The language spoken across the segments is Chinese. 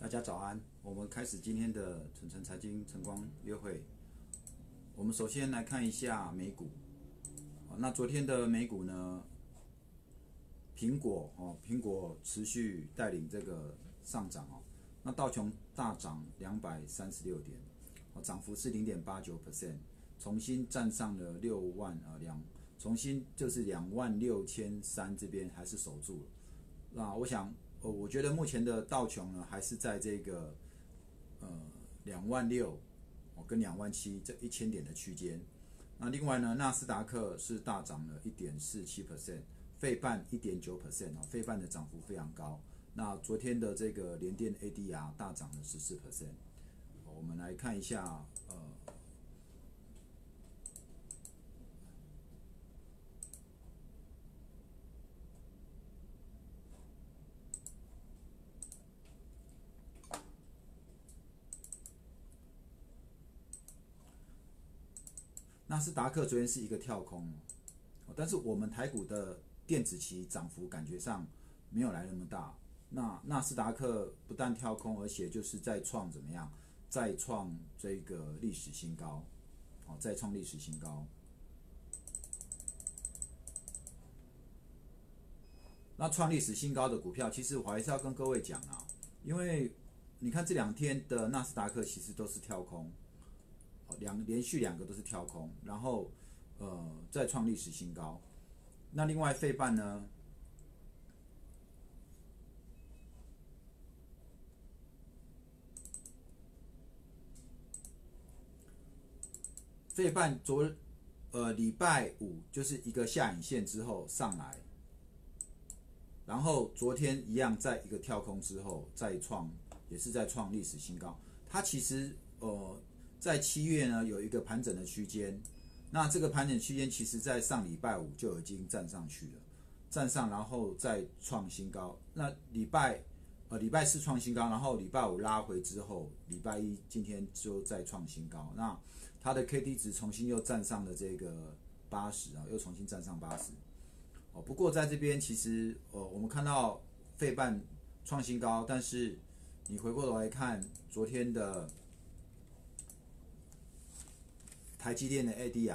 大家早安，我们开始今天的晨晨财经晨光约会。我们首先来看一下美股。那昨天的美股呢，苹果持续带领这个上涨哦。那道琼大涨236点，涨幅是0.89%，重新站上了重新就是26300这边还是守住了。那我觉得目前的道琼呢，还是在这个26000跟27000这1000点的区间。那另外呢，纳斯达克是大涨了1.47%，费半1.9%，费半的涨幅非常高。那昨天的这个联电 ADR 大涨了14%。我们来看一下纳斯达克昨天是一个跳空，但是我们台股的电子期涨幅感觉上没有来那么大。那纳斯达克不但跳空，而且就是再创怎么样？再创这个历史新高，再创历史新高。那创历史新高的股票，其实我还是要跟各位讲啊，因为你看这2天的纳斯达克其实都是跳空，连续2个都是跳空，然后再创历史新高。那另外费半呢？费半礼拜五就是一个下影线之后上来，然后昨天一样在一个跳空之后也是在创历史新高。它其实在7月呢有一个盘整的区间，那这个盘整区间其实在上礼拜五就已经站上去了，站上然后再创新高。那礼拜四创新高，然后礼拜五拉回之后，礼拜一今天就再创新高。那它的 KD 值重新又站上了这个80啊，又重新站上80。不过在这边其实我们看到费半创新高，但是你回过头来看昨天的台积电的 ADR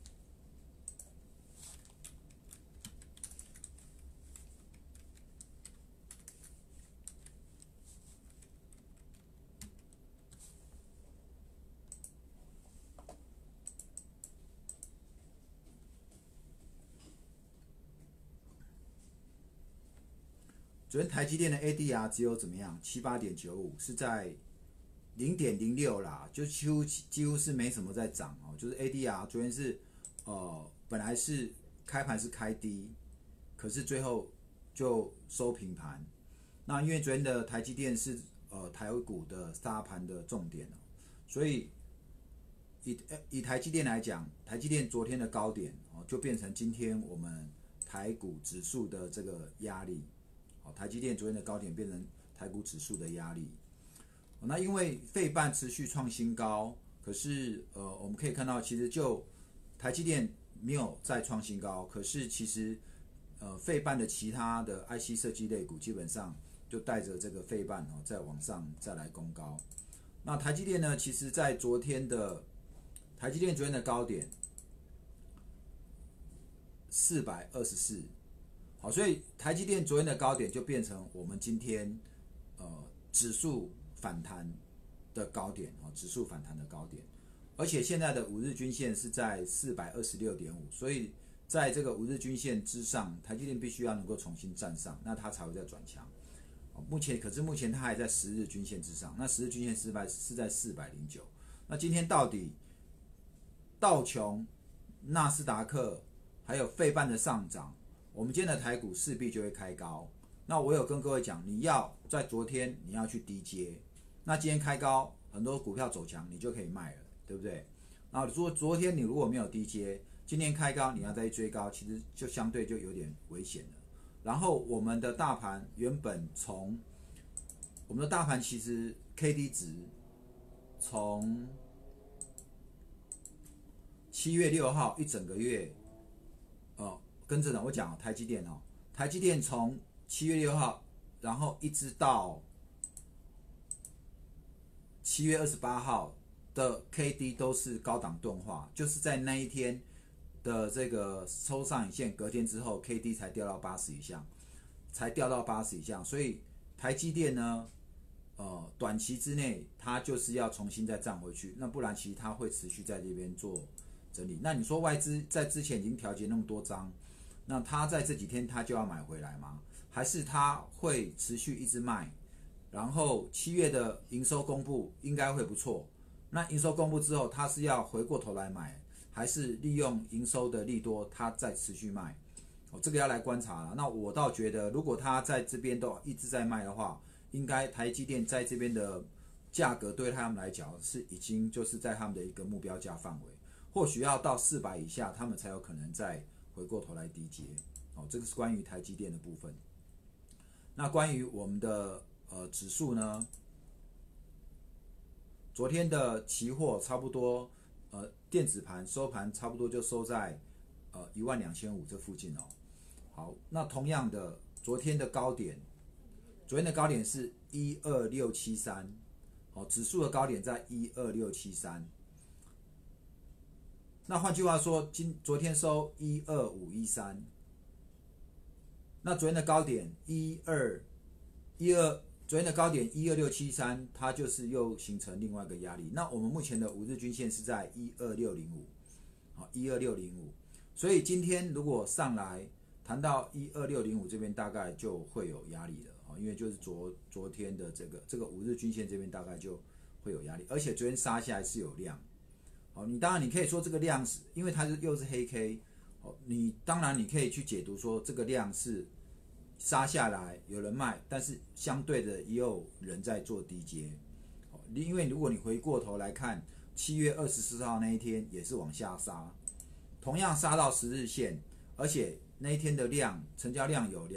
昨天台积电的 ADR 只有怎么样78.95，是在0.06啦，就几乎是没什么在涨哦。就是 ADR 昨天是本来是开盘是开低，可是最后就收平盘。那因为昨天的台积电是台股的杀盘的重点哦，所以以台积电来讲，台积电昨天的高点就变成今天我们台股指数的这个压力。台积电昨天的高点变成台股指数的压力。那因为费半持续创新高，可是我们可以看到，其实就台积电没有再创新高，可是其实费半的其他的 IC 设计类股基本上就带着这个费半再往上再来攻高。那台积电呢，其实在台积电昨天的高点424。好，所以台积电昨天的高点就变成我们今天指数反弹的高点，指数反弹的高点。而且现在的5日均线是在426.5，所以在这个5日均线之上，台积电必须要能够重新站上，那它才会再转强。可是目前它还在10日均线之上，那10日均线是在409。那今天到底道琼、纳斯达克还有费半的上涨，我们今天的台股势必就会开高。那我有跟各位讲，你要在昨天你要去低接，那今天开高，很多股票走强，你就可以卖了，对不对？然后说昨天你如果没有低接，今天开高你要再去追高，其实就相对就有点危险了。然后我们的大盘其实 KD 值从7月6号一整个月跟着呢，我讲台积电从7月6号，然后一直到 7月28号的 KD 都是高档钝化，就是在那一天的这个收上影线，隔天之后 KD 才掉到80以下，所以台积电呢，短期之内它就是要重新再站回去，那不然其实它会持续在这边做整理。那你说外资在之前已经调节那么多张，那它在这几天它就要买回来吗？还是它会持续一直卖？然后7月的营收公布应该会不错，那营收公布之后，它是要回过头来买，还是利用营收的利多，它再持续卖？这个要来观察了。那我倒觉得，如果它在这边都一直在卖的话，应该台积电在这边的价格对他们来讲是已经就是在他们的一个目标价范围，或许要到400以下，他们才有可能再回过头来低接。这个是关于台积电的部分。那关于我们的指数呢？昨天的期货差不多，电子盘收盘差不多就收在12500这附近哦。好，那同样的，昨天的高点是12673，指数的高点在12673。那换句话说，昨天收12513，那昨天的高点昨天的高点12673，它就是又形成另外一个压力。那我们目前的5日均线是在12605，所以今天如果上来谈到12605这边，大概就会有压力了，因为就是昨天的这个5日均线这边大概就会有压力，而且昨天杀下来是有量。你当然你可以说这个量是因为它又是黑 K，当然你可以去解读说这个量是杀下来有人卖，但是相对的也有人在做低接，因为如果你回过头来看7月24号那一天也是往下杀，同样杀到10日线，而且那一天的成交量有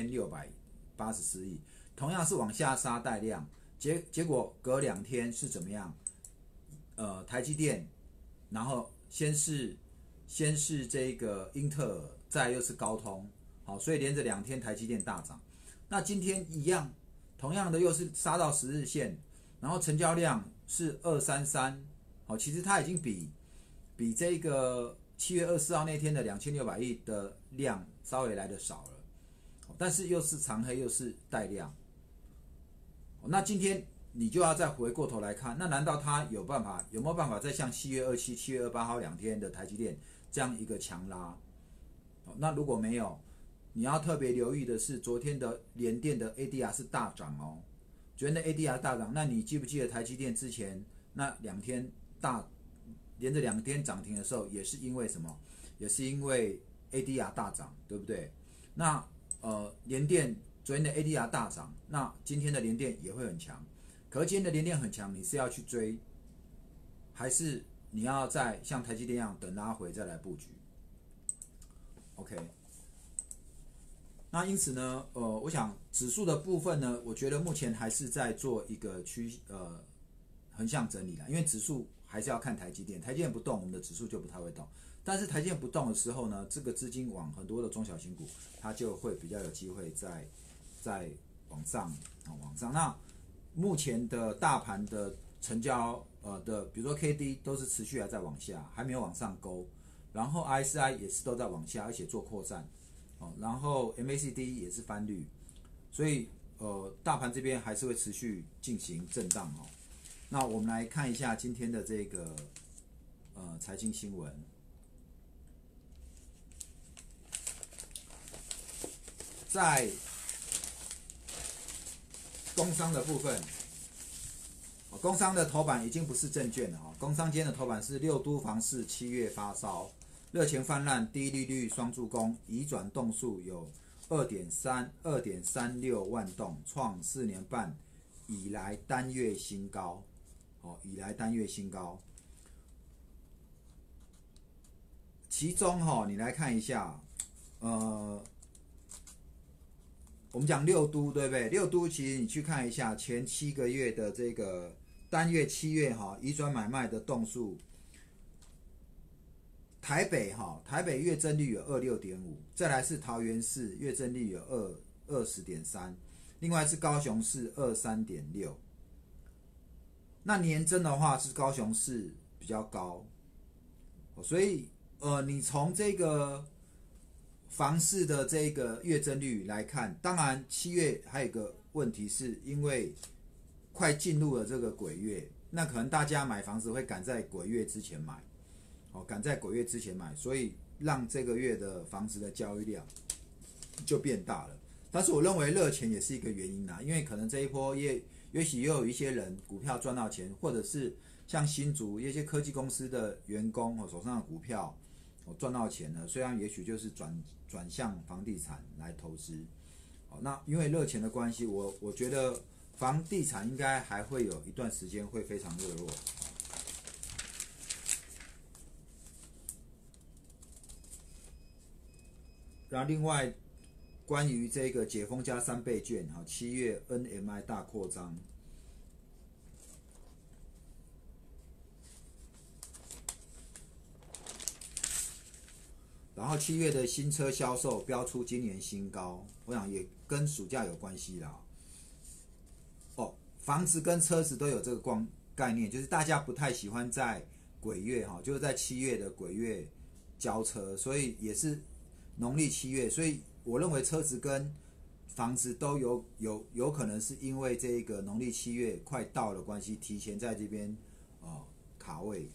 2684亿，同样是往下杀带量，结果隔2天是怎么样？台积电，然后先是这个英特尔，再又是高通。好，所以连着2天台积电大涨。那今天一样，同样的又是杀到10日线，然后成交量是233，其实它已经比这个7月24号那天的2600亿的量稍微来的少了，但是又是长黑又是带量。那今天你就要再回过头来看，那难道它有没有办法再像7月27、7月28号2天的台积电这样一个强拉？那如果没有，你要特别留意的是，昨天的联电的 ADR 是大涨哦。昨天的 ADR 大涨，那你记不记得台积电之前那2天连着2天涨停的时候，也是因为什么？也是因为 ADR 大涨，对不对？那联电昨天的 ADR 大涨，那今天的联电也会很强。可是今天的联电很强，你是要去追，还是你要再像台积电一样等拉回再来布局 ？OK。那因此呢，我想指数的部分呢，我觉得目前还是在做一个横向整理啦，因为指数还是要看台积电，台积电不动，我们的指数就不太会动。但是台积电不动的时候呢，这个资金往很多的中小型股，它就会比较有机会在往上。那目前的大盘的成交比如说 KD 都是持续还在往下，还没有往上勾，然后 RSI 也是都在往下，而且做扩散。然后 MACD 也是翻绿，所以大盘这边还是会持续进行震荡哦。那我们来看一下今天的这个财经新闻，在工商的部分，工商的头版已经不是证券了哦，工商今天的头版是6都房市7月发烧。热钱泛滥，低利率双助攻，移转栋数有2.36万栋，创4年半以来单月新高。其中你来看一下，我们讲6都对不对？6都其实你去看一下前7个月的这个单月7月移转买卖的栋数。台北月增率有26.5，再来是桃园市月增率有20.3，另外是高雄市23.6。 那年增的话是高雄市比较高，所以你从这个房市的这个月增率来看，当然7月还有一个问题，是因为快进入了这个鬼月，那可能大家买房子会赶在鬼月之前买，赶在鬼月之前买，所以让这个月的房子的交易量就变大了。但是我认为热钱也是一个原因啦，因为可能这一波也许又有一些人股票赚到钱，或者是像新竹一些科技公司的员工手上的股票赚到钱了，虽然也许就是转向房地产来投资。那因为热钱的关系，我觉得房地产应该还会有一段时间会非常热络。然后另外关于这个解封加3倍券，7月 NMI 大扩张。然后7月的新车销售飙出今年新高，我想也跟暑假有关系啦。房子跟车子都有这个概念，就是大家不太喜欢在鬼月就是在7月的鬼月交车，所以也是农历7月，所以我认为车子跟房子都有可能是因为这个农历7月快到的关系，提前在这边卡位。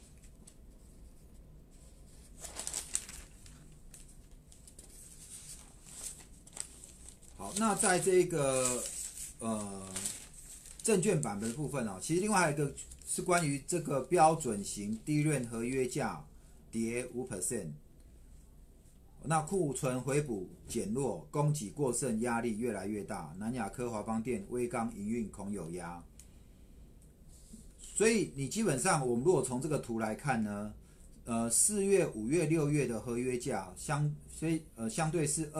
好，那在这个证券版的部分其实另外还有一个是关于这个标准型低润合约价跌5%，那库存回补减弱，供给过剩压力越来越大，南亚科、华邦电、威刚营运恐有压。所以你基本上我们如果从这个图来看呢，4月、5月、6月的合约价相对是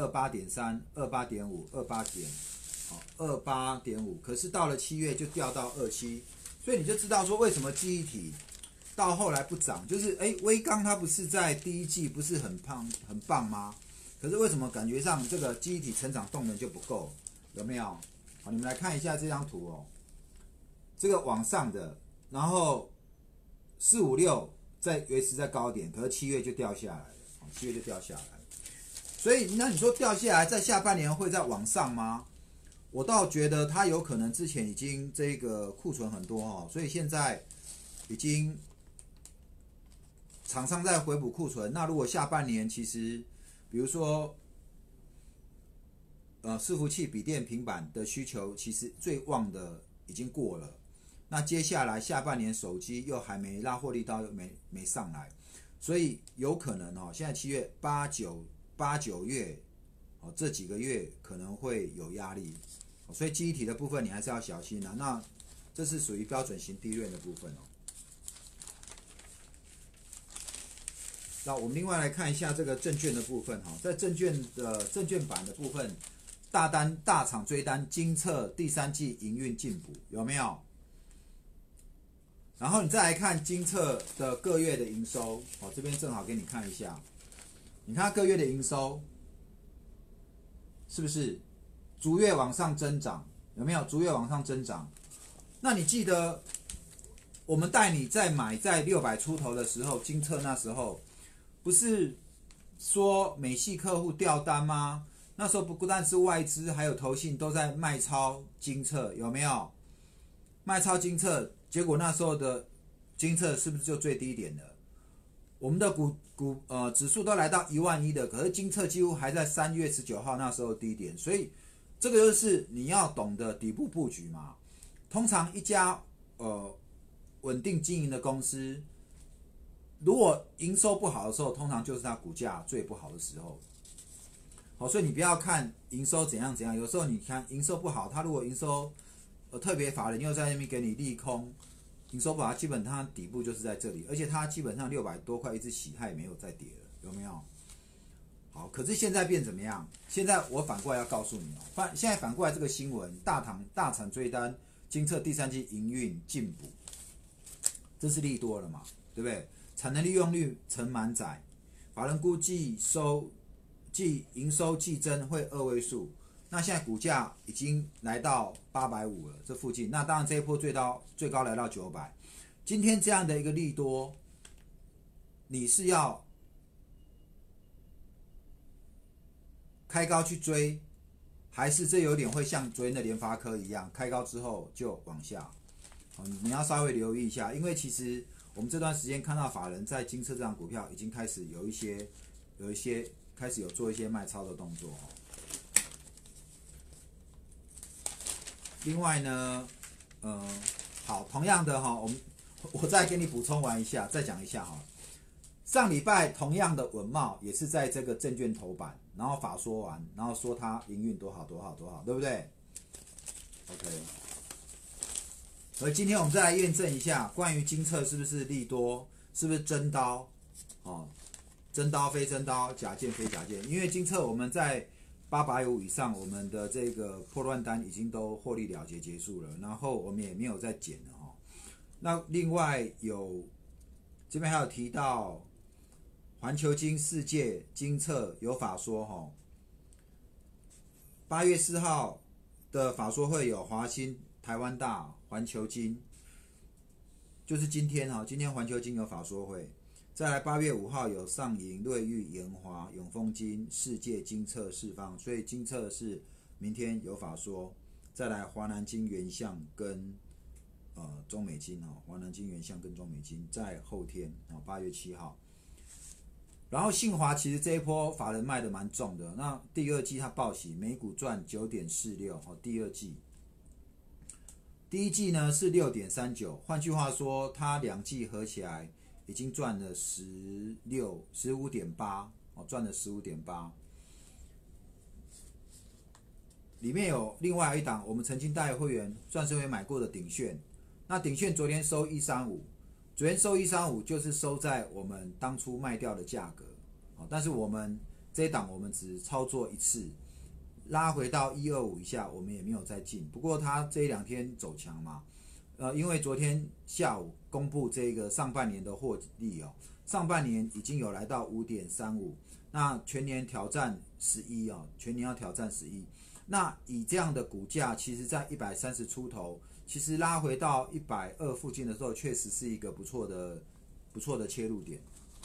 28.3、28.5、28.5，可是到了7月就掉到27，所以你就知道说为什么记忆体到后来不涨，就是威刚它不是在第一季不是很棒吗？可是为什么感觉上这个记忆体成长动能就不够？有没有？好，你们来看一下这张图这个往上的，然后4、5、6在维持在高点，可是7月就掉下来了，7月就掉下来了。所以那你说掉下来，在下半年会再往上吗？我倒觉得它有可能之前已经这个库存很多所以现在已经厂商在回补库存。那如果下半年其实比如说伺服器、笔电、平板的需求其实最旺的已经过了，那接下来下半年手机又还没拉获利到，又没上来，所以有可能现在7月、8、9月这几个月可能会有压力，所以记忆体的部分你还是要小心那这是属于标准型低润的部分那我们另外来看一下这个证券的部分在证券版的部分，大厂追单，精测第3季营运进补，有没有？然后你再来看精测的各月的营收这边正好给你看一下，你看各月的营收是不是逐月往上增长？有没有逐月往上增长？那你记得我们带你在买在600出头的时候，精测那时候不是说美系客户调单吗？那时候不但是外资，还有投信都在卖超精测，有没有？卖超精测，结果那时候的精测是不是就最低点了？我们的指数都来到11000的，可是精测几乎还在3月19号那时候低点，所以这个就是你要懂得底部布局嘛。通常一家稳定经营的公司，如果营收不好的时候，通常就是它股价最不好的时候。好，所以你不要看营收怎样，有时候你看营收不好，它如果营收特别法人又在那边给你利空，营收不好，基本上底部就是在这里，而且它基本上600多块一直洗，它也没有再跌了，有没有？好，可是现在变怎么样？现在我反过来要告诉你现在反过来这个新闻，大厂追单，精测第3季营运进补，这是利多了嘛？对不对？产能利用率呈满载，法人估计营收季增会2位数， 那现在股价已经来到850了，这附近。那当然这一波最高来到900。今天这样的一个利多，你是要开高去追，还是这有点会像昨天的联发科一样，开高之后就往下？你要稍微留意一下，因为其实我们这段时间看到法人在金车这张股票已经开始有一些开始有做一些卖超的动作。另外呢，好，同样的哈，我再给你补充完一下，再讲一下哈。上礼拜同样的文茂也是在这个证券头版，然后法说完，然后说它营运多好多好多好，对不对 ？OK。所以今天我们再来验证一下，关于金策是不是利多，是不是真刀？哦，真刀非真刀，假剑非假剑。因为金策我们在850以上，我们的这个破乱单已经都获利了结结束了，然后我们也没有再减了哈。那另外这边还有提到环球金世界金策有法说哈，8月4号的法说会有华兴、台湾大、环球金，就是今天哈，今天环球金有法说会。再来8月5号有上银、瑞昱、研华、永丰金、世界金策四方，所以金策是明天有法说。再来华南金、原相跟中美金哈，华南金、原相跟中美金在后天8月7号。然后信华其实这一波法人卖的蛮重的，那第二季它报喜，每股赚 9.46 第二季。第一季呢是 6.39， 换句话说它两季合起来已经赚了 15.8， 赚了 15.8。 里面有另外一档我们曾经带会员算是会买过的鼎炫，那鼎炫昨天收135，昨天收135就是收在我们当初卖掉的价格，但是我们这一档我们只操作一次，拉回到125以下我们也没有再进。不过它这一两天走强嘛，因为昨天下午公布这个上半年的获利哦，上半年已经有来到 5.35， 那全年挑战11哦，全年要挑战11。那以这样的股价，其实在130出头，其实拉回到120附近的时候，确实是一个不错的切入点。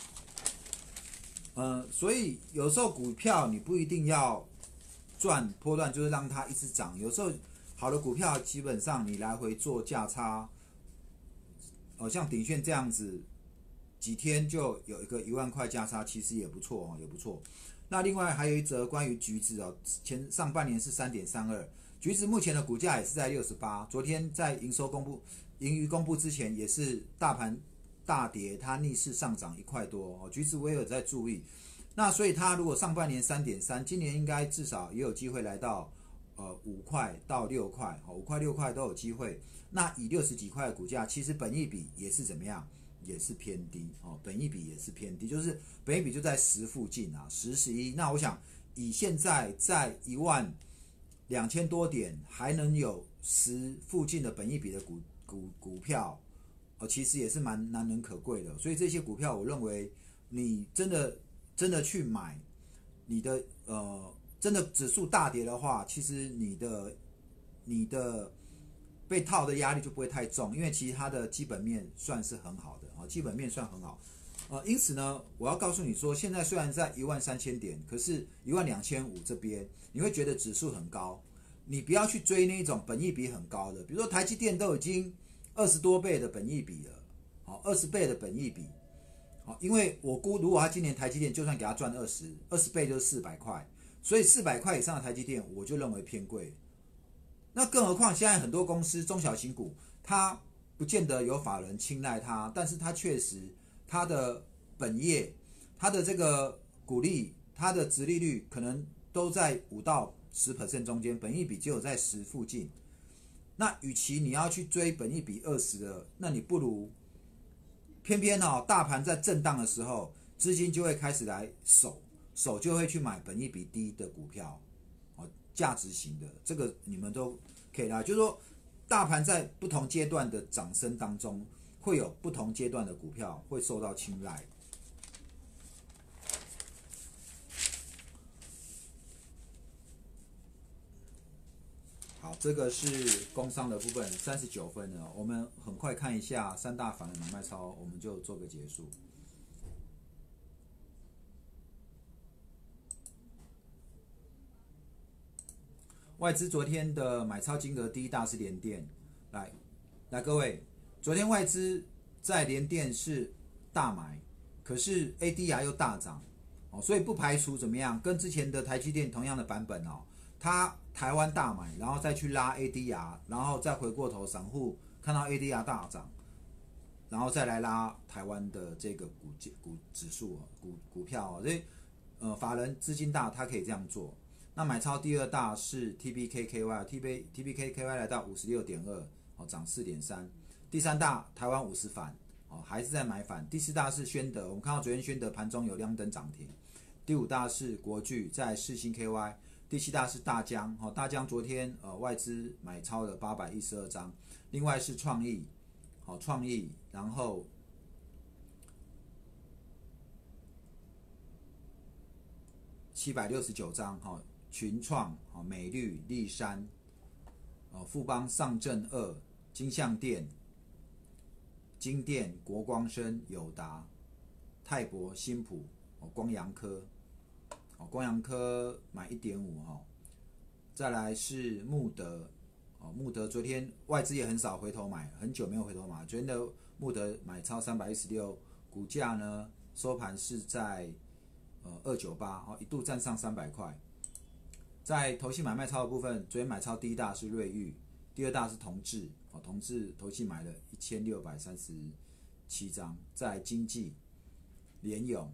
所以有时候股票你不一定要赚波段，就是让它一直涨。有时候好的股票基本上你来回做价差，像鼎炫这样子，几天就有一个1万块价差，其实也不错哦，也不错。那另外还有一则关于橘子哦，上半年是 3.32， 橘子目前的股价也是在68，昨天在盈余公布之前也是大盘大跌，它逆势上涨1块多哦，橘子我也有在注意。那所以它如果上半年 3.3， 今年应该至少也有机会来到5块到6块，5块6块都有机会。那以60几块的股价，其实本益比也是怎么样？也是偏低哦，本益比也是偏低，就是本益比就在10附近啊，10、11。那我想以现在在12000多点还能有10附近的本益比的股票，其实也是蛮难能可贵的。所以这些股票，我认为你真的去买，你的真的指数大跌的话，其实你的被套的压力就不会太重，因为其实它的基本面算是很好的，基本面算很好。因此呢，我要告诉你说，现在虽然在13000点，可是12500这边，你会觉得指数很高，你不要去追那种本益比很高的，比如说台积电都已经20多倍的本益比了，20倍的本益比，因为我估如果他今年台积电就算给他赚20倍就是400块，所以400块以上的台积电我就认为偏贵。那更何况现在很多公司中小型股，它不见得有法人青睐它，但是它确实它的本业、它的这个股利、它的殖利率可能都在5到10% 中间，本益比只有在10附近。那与其你要去追本益比20的，那你不如偏偏大盘在震荡的时候，资金就会开始来守就会去买本益比低的股票。价值型的，这个你们都可以啦。就是说，大盘在不同阶段的涨升当中，会有不同阶段的股票会受到青睐。 好，这个是工商的部分，39分了。我们很快看一下三大法人买卖超，我们就做个结束。外资昨天的买超金额第一大是联电，来各位，昨天外资在联电是大买，可是 ADR 又大涨，所以不排除怎么样，跟之前的台积电同样的版本哦，它台湾大买，然后再去拉 ADR， 然后再回过头散户看到 ADR 大涨，然后再来拉台湾的这个股指数股票，所以法人资金大，他可以这样做。那买超第二大是 TBKKY 来到 56.2， 涨 4.3。第三大台湾50反，还是在买反。第四大是宣德，我们看到昨天宣德盘中有亮灯涨停。第五大是国巨，在世新 KY。第七大是大江，大江昨天外资买超了812张。另外是创意，然后769张，群创、美绿、立山、富邦上证2、金像电、金电、国光生、友达、泰博、新普、光阳科，光阳科买 1.5， 再来是穆德，穆德昨天外资也很少回头买，很久没有回头买，昨天的穆德买超316，股价呢收盘是在298，一度站上300块。在投信买卖超的部分，昨天买超第一大是瑞昱，第二大是同致，同致投信买了1637张。在经济、联咏，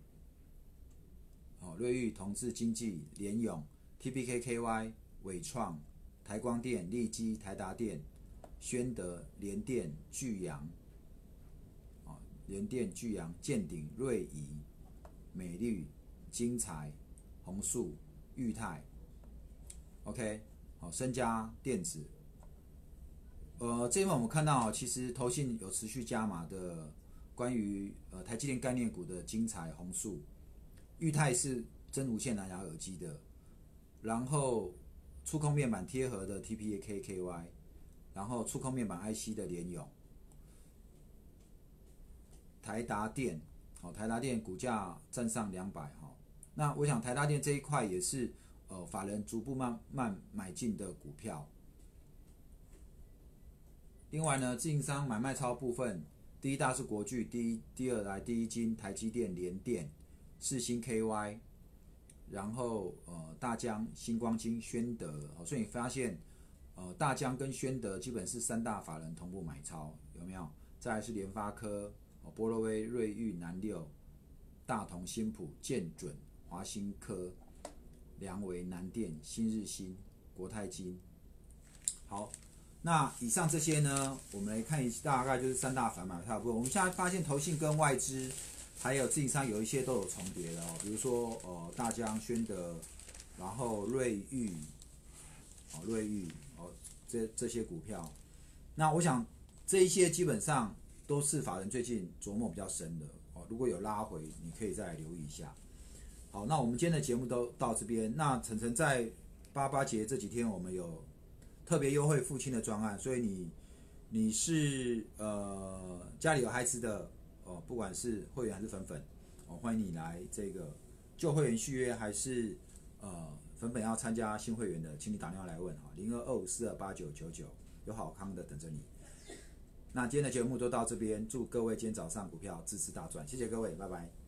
瑞昱、同致、经济、联咏、TBKKY、伟创、台光电、力基、台达电、宣德、联电、巨阳、健鼎、瑞仪、美绿、精材、宏塑、裕泰。OK， 身家电子，这一份我们看到，其实投信有持续加码的，关于台积电概念股的精材、宏塑、裕泰是真无线蓝牙耳机的，然后触控面板贴合的 TPKKY， 然后触控面板 IC 的联咏、台达电，台达电股价站上200，那我想台达电这一块也是法人逐步慢慢买进的股票。另外呢，自营商买卖超部分，第一大是国巨，第二来第一金、台积电、联电、世新 KY， 然后大江、新光金、宣德，所以你发现大江跟宣德基本是三大法人同步买超，有没有？再来是联发科、波罗威、瑞昱、南六、大同、新普、建准、华新科、良维、南电、新日新、国泰金。好，那以上这些呢，我们来看一下，大概就是三大法人买票部分。我们现在发现投信跟外资还有自营商有一些都有重叠的比如说大江、宣德，然后瑞昱，这些股票。那我想这一些基本上都是法人最近琢磨比较深的如果有拉回，你可以再来留意一下。好，那我们今天的节目都到这边。那晨晨在88节这几天，我们有特别优惠父亲的专案，所以你是家里有孩子的不管是会员还是粉粉欢迎你来这个旧会员续约，还是粉粉要参加新会员的，请你打电话来问0225428999，有好康的等着你。那今天的节目就到这边，祝各位今天早上股票支持大赚，谢谢各位，拜拜。